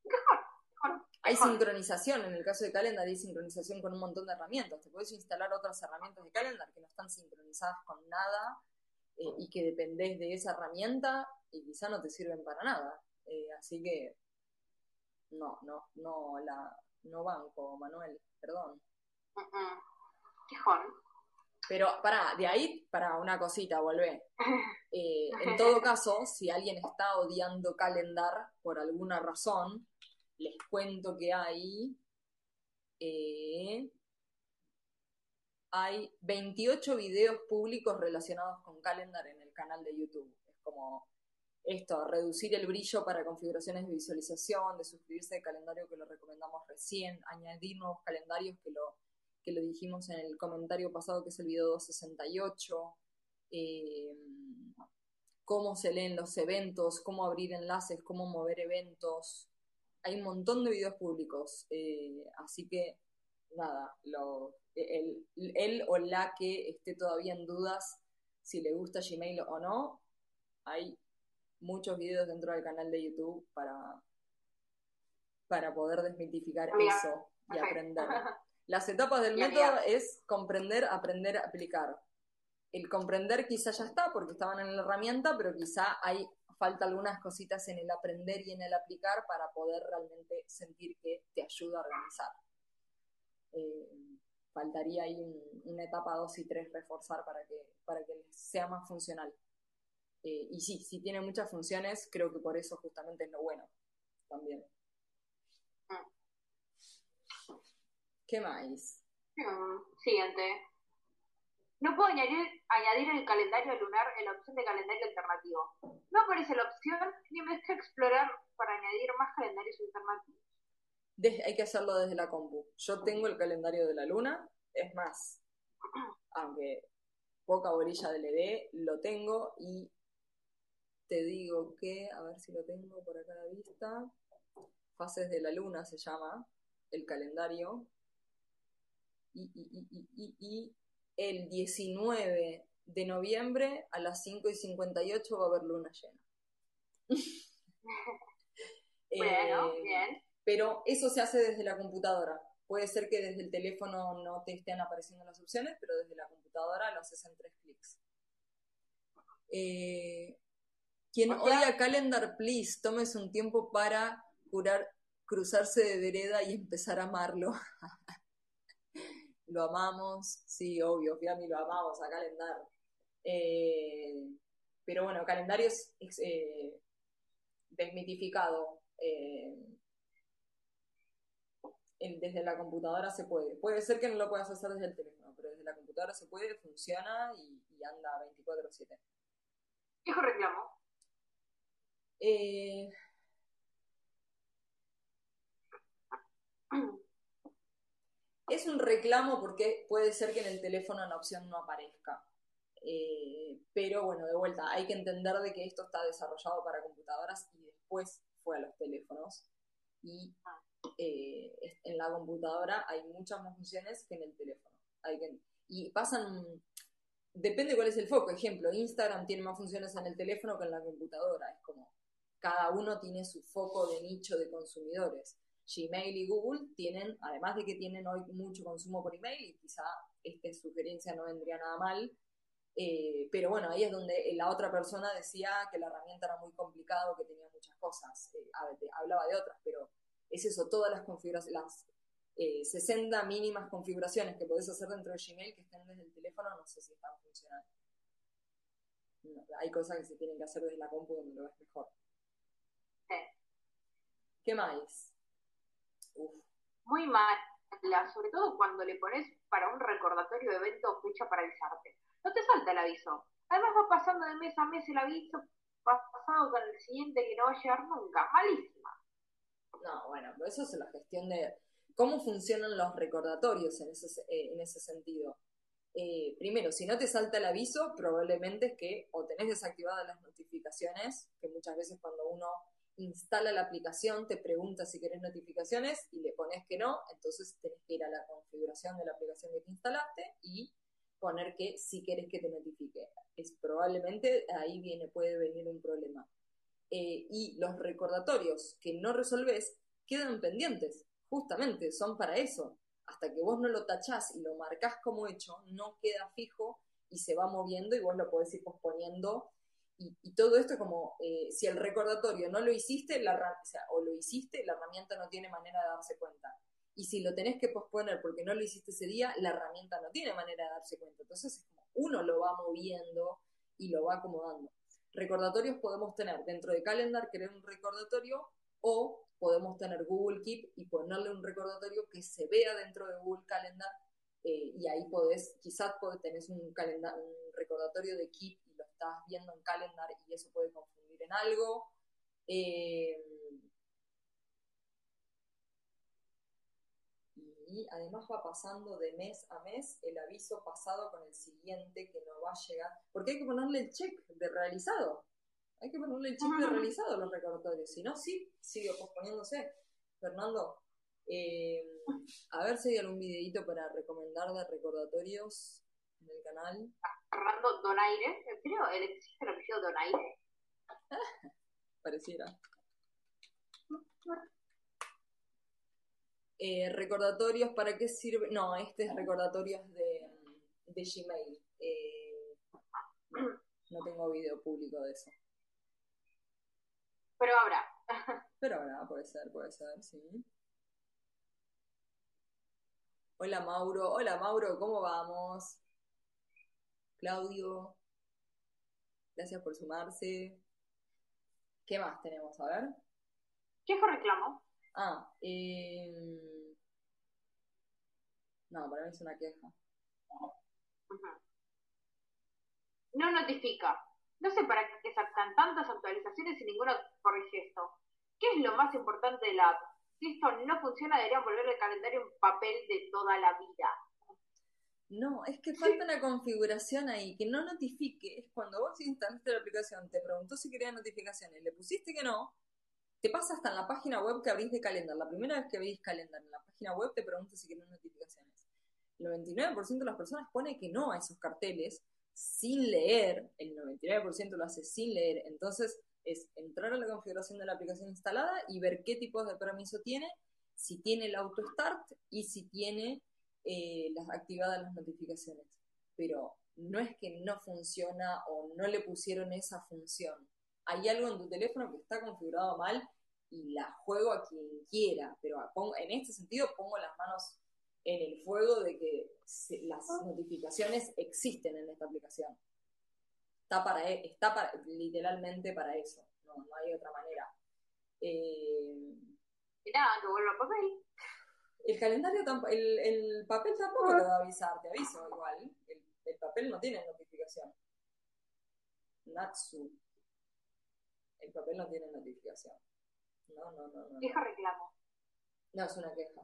Hay sincronización, en el caso de Calendar hay sincronización con un montón de herramientas. Te puedes instalar otras herramientas de Calendar que no están sincronizadas con nada y que dependés de esa herramienta y quizá no te sirven para nada. Así que no banco, Manuel, perdón. Quejón. Pero de ahí, para una cosita, volvé. En todo caso, si alguien está odiando Calendar por alguna razón, les cuento que hay 28 videos públicos relacionados con Calendar en el canal de YouTube. Es como esto, reducir el brillo para configuraciones de visualización, de suscribirse al calendario que lo recomendamos recién, añadir nuevos calendarios que lo dijimos en el comentario pasado, que es el video 268, cómo se leen los eventos, cómo abrir enlaces, cómo mover eventos. Hay un montón de videos públicos, así que nada, él o la que esté todavía en dudas si le gusta Gmail o no, hay muchos videos dentro del canal de YouTube para poder desmitificar eso y aprender. Las etapas del método es comprender, aprender, aplicar. El comprender quizá ya está porque estaban en la herramienta, pero quizá falta algunas cositas en el aprender y en el aplicar para poder realmente sentir que te ayuda a organizar. Faltaría ahí una etapa 2 y 3 reforzar para que sea más funcional. Y sí tiene muchas funciones, creo que por eso justamente es lo bueno también. ¿Qué más? Siguiente. No puedo añadir el calendario lunar en la opción de calendario alternativo. No aparece la opción ni me deja explorar para añadir más calendarios alternativos. Hay que hacerlo desde la compu. Yo tengo el calendario de la luna, es más, aunque poca bolilla de LED, lo tengo y te digo que, a ver si lo tengo por acá a la vista, Fases de la Luna se llama el calendario, y el 19 de noviembre a las 5:58 va a haber luna llena. Bueno, bien. Pero eso se hace desde la computadora. Puede ser que desde el teléfono no te estén apareciendo las opciones, pero desde la computadora lo haces en 3 clics. Quien odia Calendar, please, tómese un tiempo para cruzarse de vereda y empezar a amarlo. Lo amamos, sí, obvio, Fiammi, lo amamos a Calendar. Pero bueno, calendario es desmitificado. Desde la computadora se puede. Puede ser que no lo puedas hacer desde el teléfono, pero desde la computadora se puede, funciona y anda 24/7. Hijo reclamo. Es un reclamo porque puede ser que en el teléfono la opción no aparezca. Pero bueno, de vuelta, hay que entender de que esto está desarrollado para computadoras y después fue a los teléfonos. Y en la computadora hay muchas más funciones que en el teléfono. Y depende cuál es el foco. Ejemplo, Instagram tiene más funciones en el teléfono que en la computadora. Es como, cada uno tiene su foco de nicho de consumidores. Gmail y Google tienen, además de que tienen hoy mucho consumo por email, y quizá esta sugerencia no vendría nada mal, pero bueno, ahí es donde la otra persona decía que la herramienta era muy complicado, que tenía muchas cosas. Hablaba de otras, pero es eso, todas las configuraciones, las 60 mínimas configuraciones que podés hacer dentro de Gmail que estén desde el teléfono, no sé si están funcionando. No, hay cosas que se tienen que hacer desde la compu donde lo ves mejor. Sí. ¿Qué más? Muy mala, sobre todo cuando le pones para un recordatorio de evento o fecha para avisarte. No te salta el aviso. Además va pasando de mes a mes el aviso, pasado con el siguiente que no va a llegar nunca. Malísima. No, bueno, pero eso es la gestión de cómo funcionan los recordatorios en ese sentido. Primero, si no te salta el aviso, probablemente es que o tenés desactivadas las notificaciones, que muchas veces cuando uno instala la aplicación te pregunta si querés notificaciones y le pones que no, entonces tenés que ir a la configuración de la aplicación que te instalaste y poner que sí querés que te notifique. Probablemente ahí puede venir un problema. Y los recordatorios que no resolvés, quedan pendientes. Justamente, son para eso. Hasta que vos no lo tachás y lo marcás como hecho, no queda fijo y se va moviendo y vos lo podés ir posponiendo. Y todo esto es como, si el recordatorio no lo hiciste, o lo hiciste, la herramienta no tiene manera de darse cuenta. Y si lo tenés que posponer porque no lo hiciste ese día, la herramienta no tiene manera de darse cuenta. Entonces es como uno lo va moviendo y lo va acomodando. Recordatorios podemos tener dentro de Calendar, crear un recordatorio, o podemos tener Google Keep y ponerle un recordatorio que se vea dentro de Google Calendar, y ahí quizás tenés un recordatorio de Keep y lo estás viendo en Calendar y eso puede confundir en algo. Y además va pasando de mes a mes el aviso pasado con el siguiente que no va a llegar, porque hay que ponerle el check de realizado. Hay que ponerle el chip de realizado a los recordatorios, si no, sí, sigue posponiéndose. Fernando, a ver si hay algún videito para recomendar de recordatorios en el canal. Fernando Donaire, creo, ¿existe el apellido Donaire? Pareciera. Recordatorios, ¿para qué sirve? No, este es recordatorios de Gmail. No tengo video público de eso. Pero habrá. Pero habrá, puede ser, sí. Hola Mauro, ¿cómo vamos? Claudio, gracias por sumarse. ¿Qué más tenemos? A ver. ¿Qué reclamo? No, para mí es una queja. No notifica. No sé para qué sacan tantas actualizaciones y ninguno corrige esto. ¿Qué es lo más importante de la app? Si esto no funciona, deberían volver el calendario en papel de toda la vida. No, es que falta una configuración ahí, que no notifique. Es cuando vos instalaste la aplicación, te preguntó si quería notificaciones, le pusiste que no, te pasa hasta en la página web que abrís de Calendar. La primera vez que abrís Calendar en la página web te pregunta si querés notificaciones. El 99% de las personas pone que no a esos carteles sin leer. El 99% lo hace sin leer. Entonces es entrar a la configuración de la aplicación instalada y ver qué tipos de permiso tiene, si tiene el auto start y si tiene activadas las notificaciones. Pero no es que no funciona o no le pusieron esa función. Hay algo en tu teléfono que está configurado mal y la juego a quien quiera, pero en este sentido pongo las manos en el fuego de que las notificaciones existen en esta aplicación. Está literalmente para eso, no hay otra manera. Y nada, que vuelva a papel. El calendario el papel tampoco te va a avisar, te aviso igual. El papel no tiene notificación. Natsu. El papel no tiene notificación. No. Queja reclamo. No, es una queja.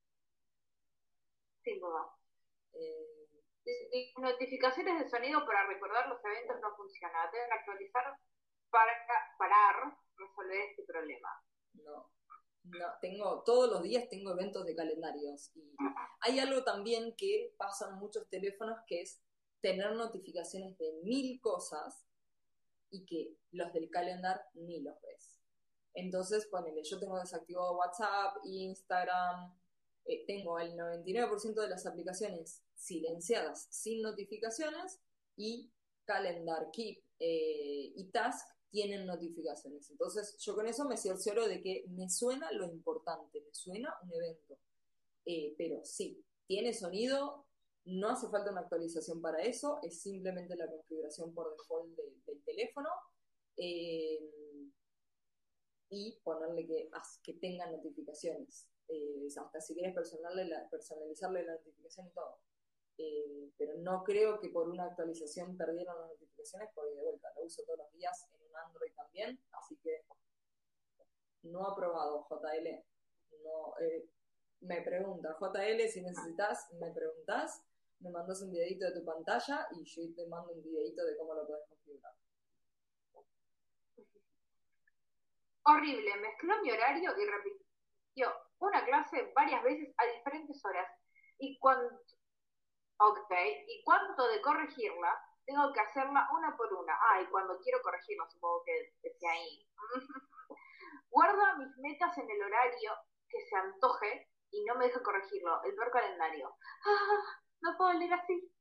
Sin duda. Notificaciones de sonido para recordar los eventos no funciona. Deben actualizar para resolver este problema. No, todos los días tengo eventos de calendarios y hay algo también que pasa en muchos teléfonos que es tener notificaciones de 1000 cosas y que los del calendar ni los ves. Entonces, ponele, yo tengo desactivado WhatsApp, Instagram, tengo el 99% de las aplicaciones silenciadas sin notificaciones y Calendar, Keep y Task tienen notificaciones. Entonces, yo con eso me cercioro de que me suena lo importante, me suena un evento. Pero sí, tiene sonido, no hace falta una actualización para eso, es simplemente la configuración por default del teléfono. Y ponerle que tenga notificaciones. Hasta si quieres personalizarle la notificación y todo. Pero no creo que por una actualización perdieron las notificaciones, porque de vuelta lo uso todos los días en un Android también, así que no aprobado, JL. No, me pregunta, JL, si necesitas, me preguntás, me mandas un videito de tu pantalla y yo te mando un videito de cómo lo podés configurar. Horrible, mezcló mi horario y repitió una clase varias veces a diferentes horas. Y cuánto de corregirla, tengo que hacerla una por una. Y cuando quiero corregirla, supongo que desde ahí. Guarda mis metas en el horario que se antoje y no me deja corregirlo. El peor calendario. No puedo leer así.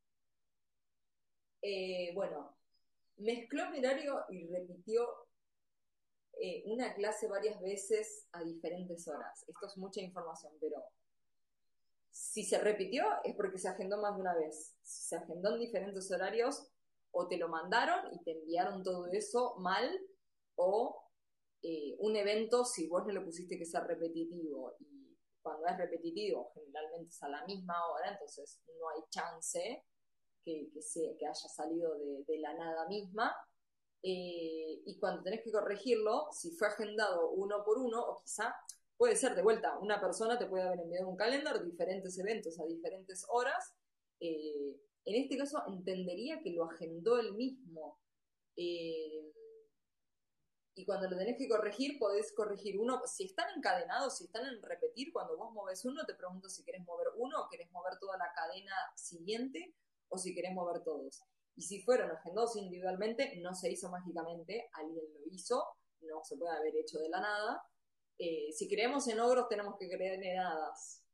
Bueno, mezcló mi horario y repitió una clase varias veces a diferentes horas. Esto es mucha información, pero si se repitió es porque se agendó más de una vez. Si se agendó en diferentes horarios, o te lo mandaron y te enviaron todo eso mal, o un evento, si vos no le pusiste que sea repetitivo, y cuando es repetitivo generalmente es a la misma hora, entonces no hay chance que haya salido de la nada misma. Y cuando tenés que corregirlo, si fue agendado uno por uno, o quizá puede ser de vuelta, una persona te puede haber enviado un calendar, diferentes eventos a diferentes horas. En este caso entendería que lo agendó él mismo. Eh, y cuando lo tenés que corregir, podés corregir uno. Si están encadenados, si están en repetir, cuando vos moves uno, te pregunto si querés mover uno o querés mover toda la cadena siguiente o si querés mover todos. Y si fueron agendados individualmente, no se hizo mágicamente, alguien lo hizo, no se puede haber hecho de la nada. Si creemos en ogros, tenemos que creer en hadas.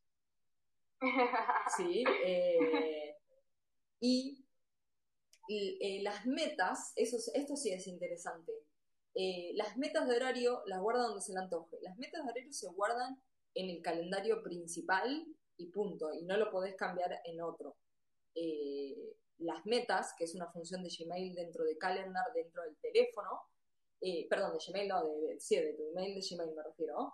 ¿Sí? Y las metas, esto sí es interesante. Las metas de horario las guarda donde se le antoje. Las metas de horario se guardan en el calendario principal y punto, y no lo podés cambiar en otro. Las metas, que es una función de Gmail dentro de Calendar, dentro del teléfono, perdón, de Gmail no, sí, de tu email de Gmail me refiero, ¿no?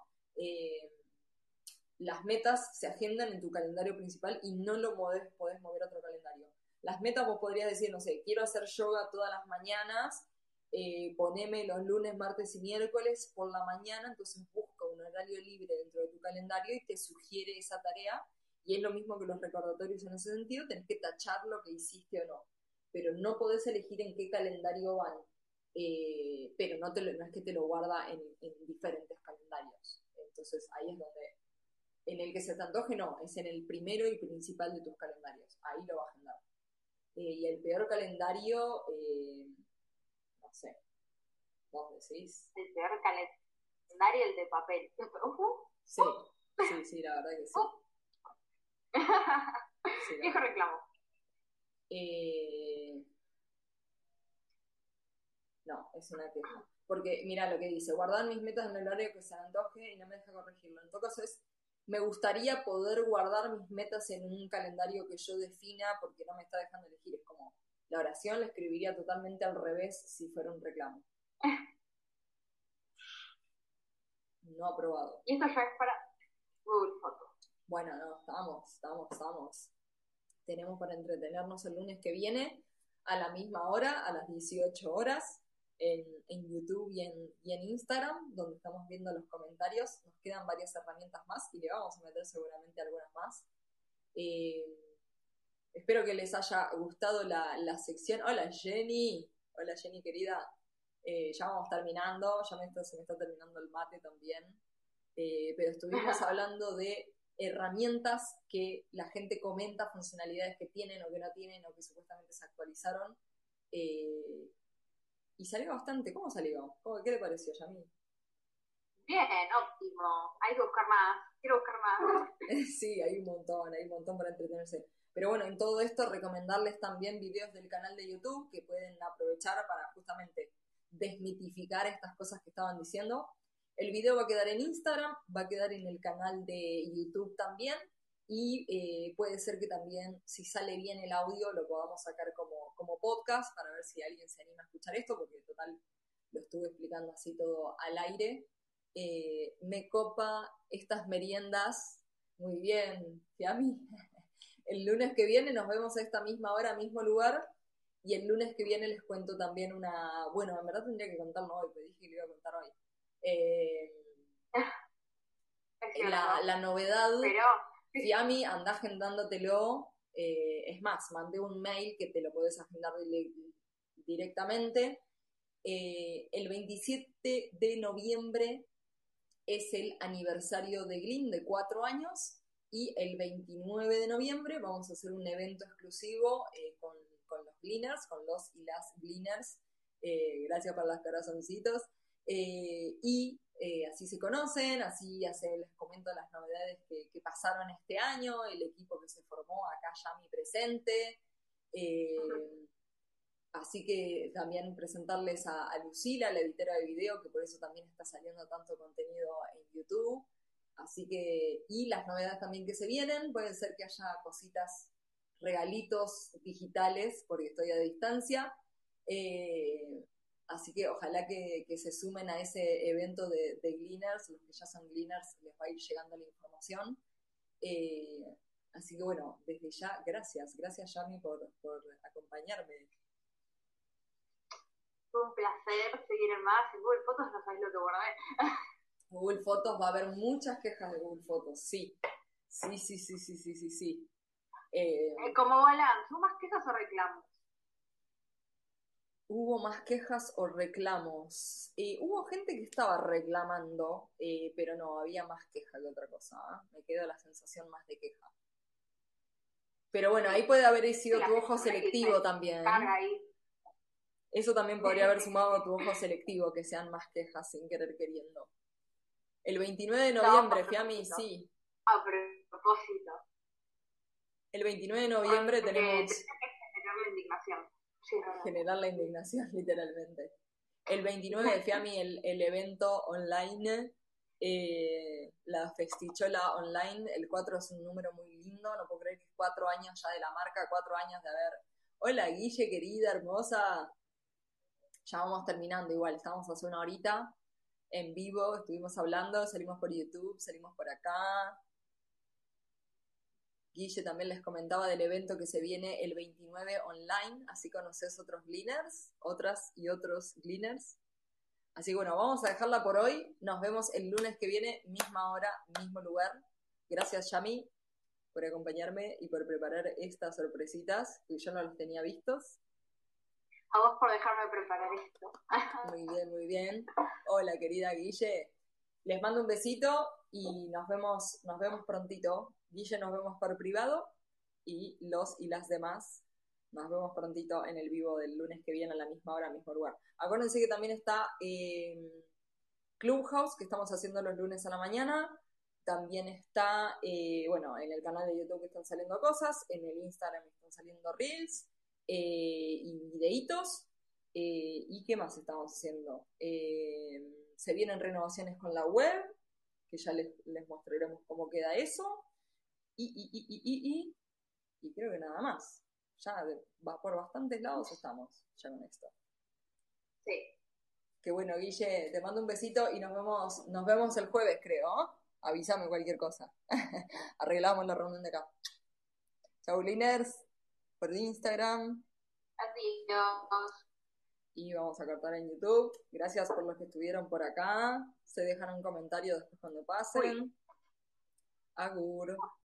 Las metas se agendan en tu calendario principal y no lo podés mover a otro calendario. Las metas vos podrías decir, no sé, quiero hacer yoga todas las mañanas, poneme los lunes, martes y miércoles por la mañana, entonces busca un horario libre dentro de tu calendario y te sugiere esa tarea, y es lo mismo que los recordatorios en ese sentido, tenés que tachar lo que hiciste o no, pero no podés elegir en qué calendario van, pero no es que te lo guarda en diferentes calendarios, entonces ahí es donde en el que se te antoje, no, es en el primero y principal de tus calendarios. Ahí lo vas a agendar. Y el peor calendario, no sé, ¿vos decís? El peor calendario, el de papel. Sí, sí, sí, la verdad que sí. Sí, Viejo reclamo. No, es una queja. Porque, mira lo que dice, guardar mis metas en el horario que se me antoje y no me deja corregirlo. En todo caso me gustaría poder guardar mis metas en un calendario que yo defina porque no me está dejando elegir. Es como, la oración la escribiría totalmente al revés si fuera un reclamo. No aprobado. Y esto ya es para Google Fotos. Bueno, no, estamos. Tenemos para entretenernos el lunes que viene a la misma hora, a las 18 horas, en YouTube y en Instagram, donde estamos viendo los comentarios. Nos quedan varias herramientas más y le vamos a meter seguramente algunas más. Espero que les haya gustado la sección. Hola Jenny querida. Ya vamos terminando, se me está terminando el mate también. Pero estuvimos hablando de herramientas que la gente comenta, funcionalidades que tienen o que no tienen o que supuestamente se actualizaron. Y salió bastante. ¿Cómo salió? ¿Qué le pareció, Yami? Bien, óptimo. Hay que buscar más. Quiero buscar más. Sí, hay un montón para entretenerse. Pero bueno, en todo esto recomendarles también videos del canal de YouTube que pueden aprovechar para justamente desmitificar estas cosas que estaban diciendo. El video va a quedar en Instagram, va a quedar en el canal de YouTube también, y puede ser que también, si sale bien el audio, lo podamos sacar como podcast para ver si alguien se anima a escuchar esto, porque en total lo estuve explicando así todo al aire. Me copa estas meriendas. Muy bien, Fiammi. El lunes que viene nos vemos a esta misma hora, mismo lugar. Y el lunes que viene les cuento también una... Bueno, en verdad tendría que contarlo hoy, pero dije que lo iba a contar hoy. La novedad, pero Fiammi, anda agendándotelo. Es más, mandé un mail que te lo podés agendar directamente. El 27 de noviembre es el aniversario de Glean de 4 años, y el 29 de noviembre vamos a hacer un evento exclusivo con los Gleaners, con los y las Gleaners. Gracias por los corazoncitos. Y así se conocen, así les comento las novedades que pasaron este año, el equipo que se formó acá ya mi presente. Así que también presentarles a Lucila, la editora de video, que por eso también está saliendo tanto contenido en YouTube. Así que, y las novedades también que se vienen, puede ser que haya cositas, regalitos digitales, porque estoy a distancia. Así que ojalá que se sumen a ese evento de Gleaners, los que ya son Gleaners les va a ir llegando la información. Así que bueno, desde ya, gracias Yami por acompañarme. Fue un placer seguir en más. En Google Fotos no sabés lo que guardé. Google Fotos va a haber muchas quejas de Google Fotos, sí. Sí. Como balance, ¿hubo más quejas o reclamos? Hubo más quejas o reclamos. Hubo gente que estaba reclamando, pero no, había más queja que otra cosa. Me queda la sensación más de queja. Pero bueno, ahí puede haber sido tu ojo selectivo también. Eso también podría haber sumado a tu ojo selectivo, que sean más quejas sin querer queriendo. El 29 de noviembre, Fiammi, sí. Ah, pero a propósito. El 29 de noviembre tenemos... Generar la indignación. Sí, generar la indignación, literalmente. El 29 de Fiammi, el evento online, la festichola online, el 4 es un número muy lindo, no puedo creer que es 4 años ya de la marca, 4 años de haber... Hola Guille, querida, hermosa. Ya vamos terminando igual, estamos hace una horita en vivo, estuvimos hablando, salimos por YouTube, salimos por acá. Guille también les comentaba del evento que se viene el 29 online, así conoces otros Gleaners, otras y otros Gleaners. Así que bueno, vamos a dejarla por hoy. Nos vemos el lunes que viene, misma hora, mismo lugar. Gracias, Yami, por acompañarme y por preparar estas sorpresitas que yo no los tenía vistos. A vos por dejarme preparar esto. Muy bien. Hola, querida Guille. Les mando un besito y nos vemos prontito. Guille, nos vemos por privado y los y las demás nos vemos prontito en el vivo del lunes que viene a la misma hora, mismo lugar. Acuérdense que también está Clubhouse, que estamos haciendo los lunes a la mañana. También está, en el canal de YouTube que están saliendo cosas, en el Instagram están saliendo Reels y videitos. ¿Y qué más estamos haciendo? Se vienen renovaciones con la web, que ya les mostraremos cómo queda eso. Y creo que nada más. Ya por bastantes lados estamos ya con esto. Sí. Qué bueno, Guille, te mando un besito y nos vemos el jueves, creo. Avísame cualquier cosa. Arreglamos la reunión de acá. Chau, Liners, por Instagram. Adiós. Y vamos a cortar en YouTube. Gracias por los que estuvieron por acá. Se dejan un comentario después cuando pasen. Agur.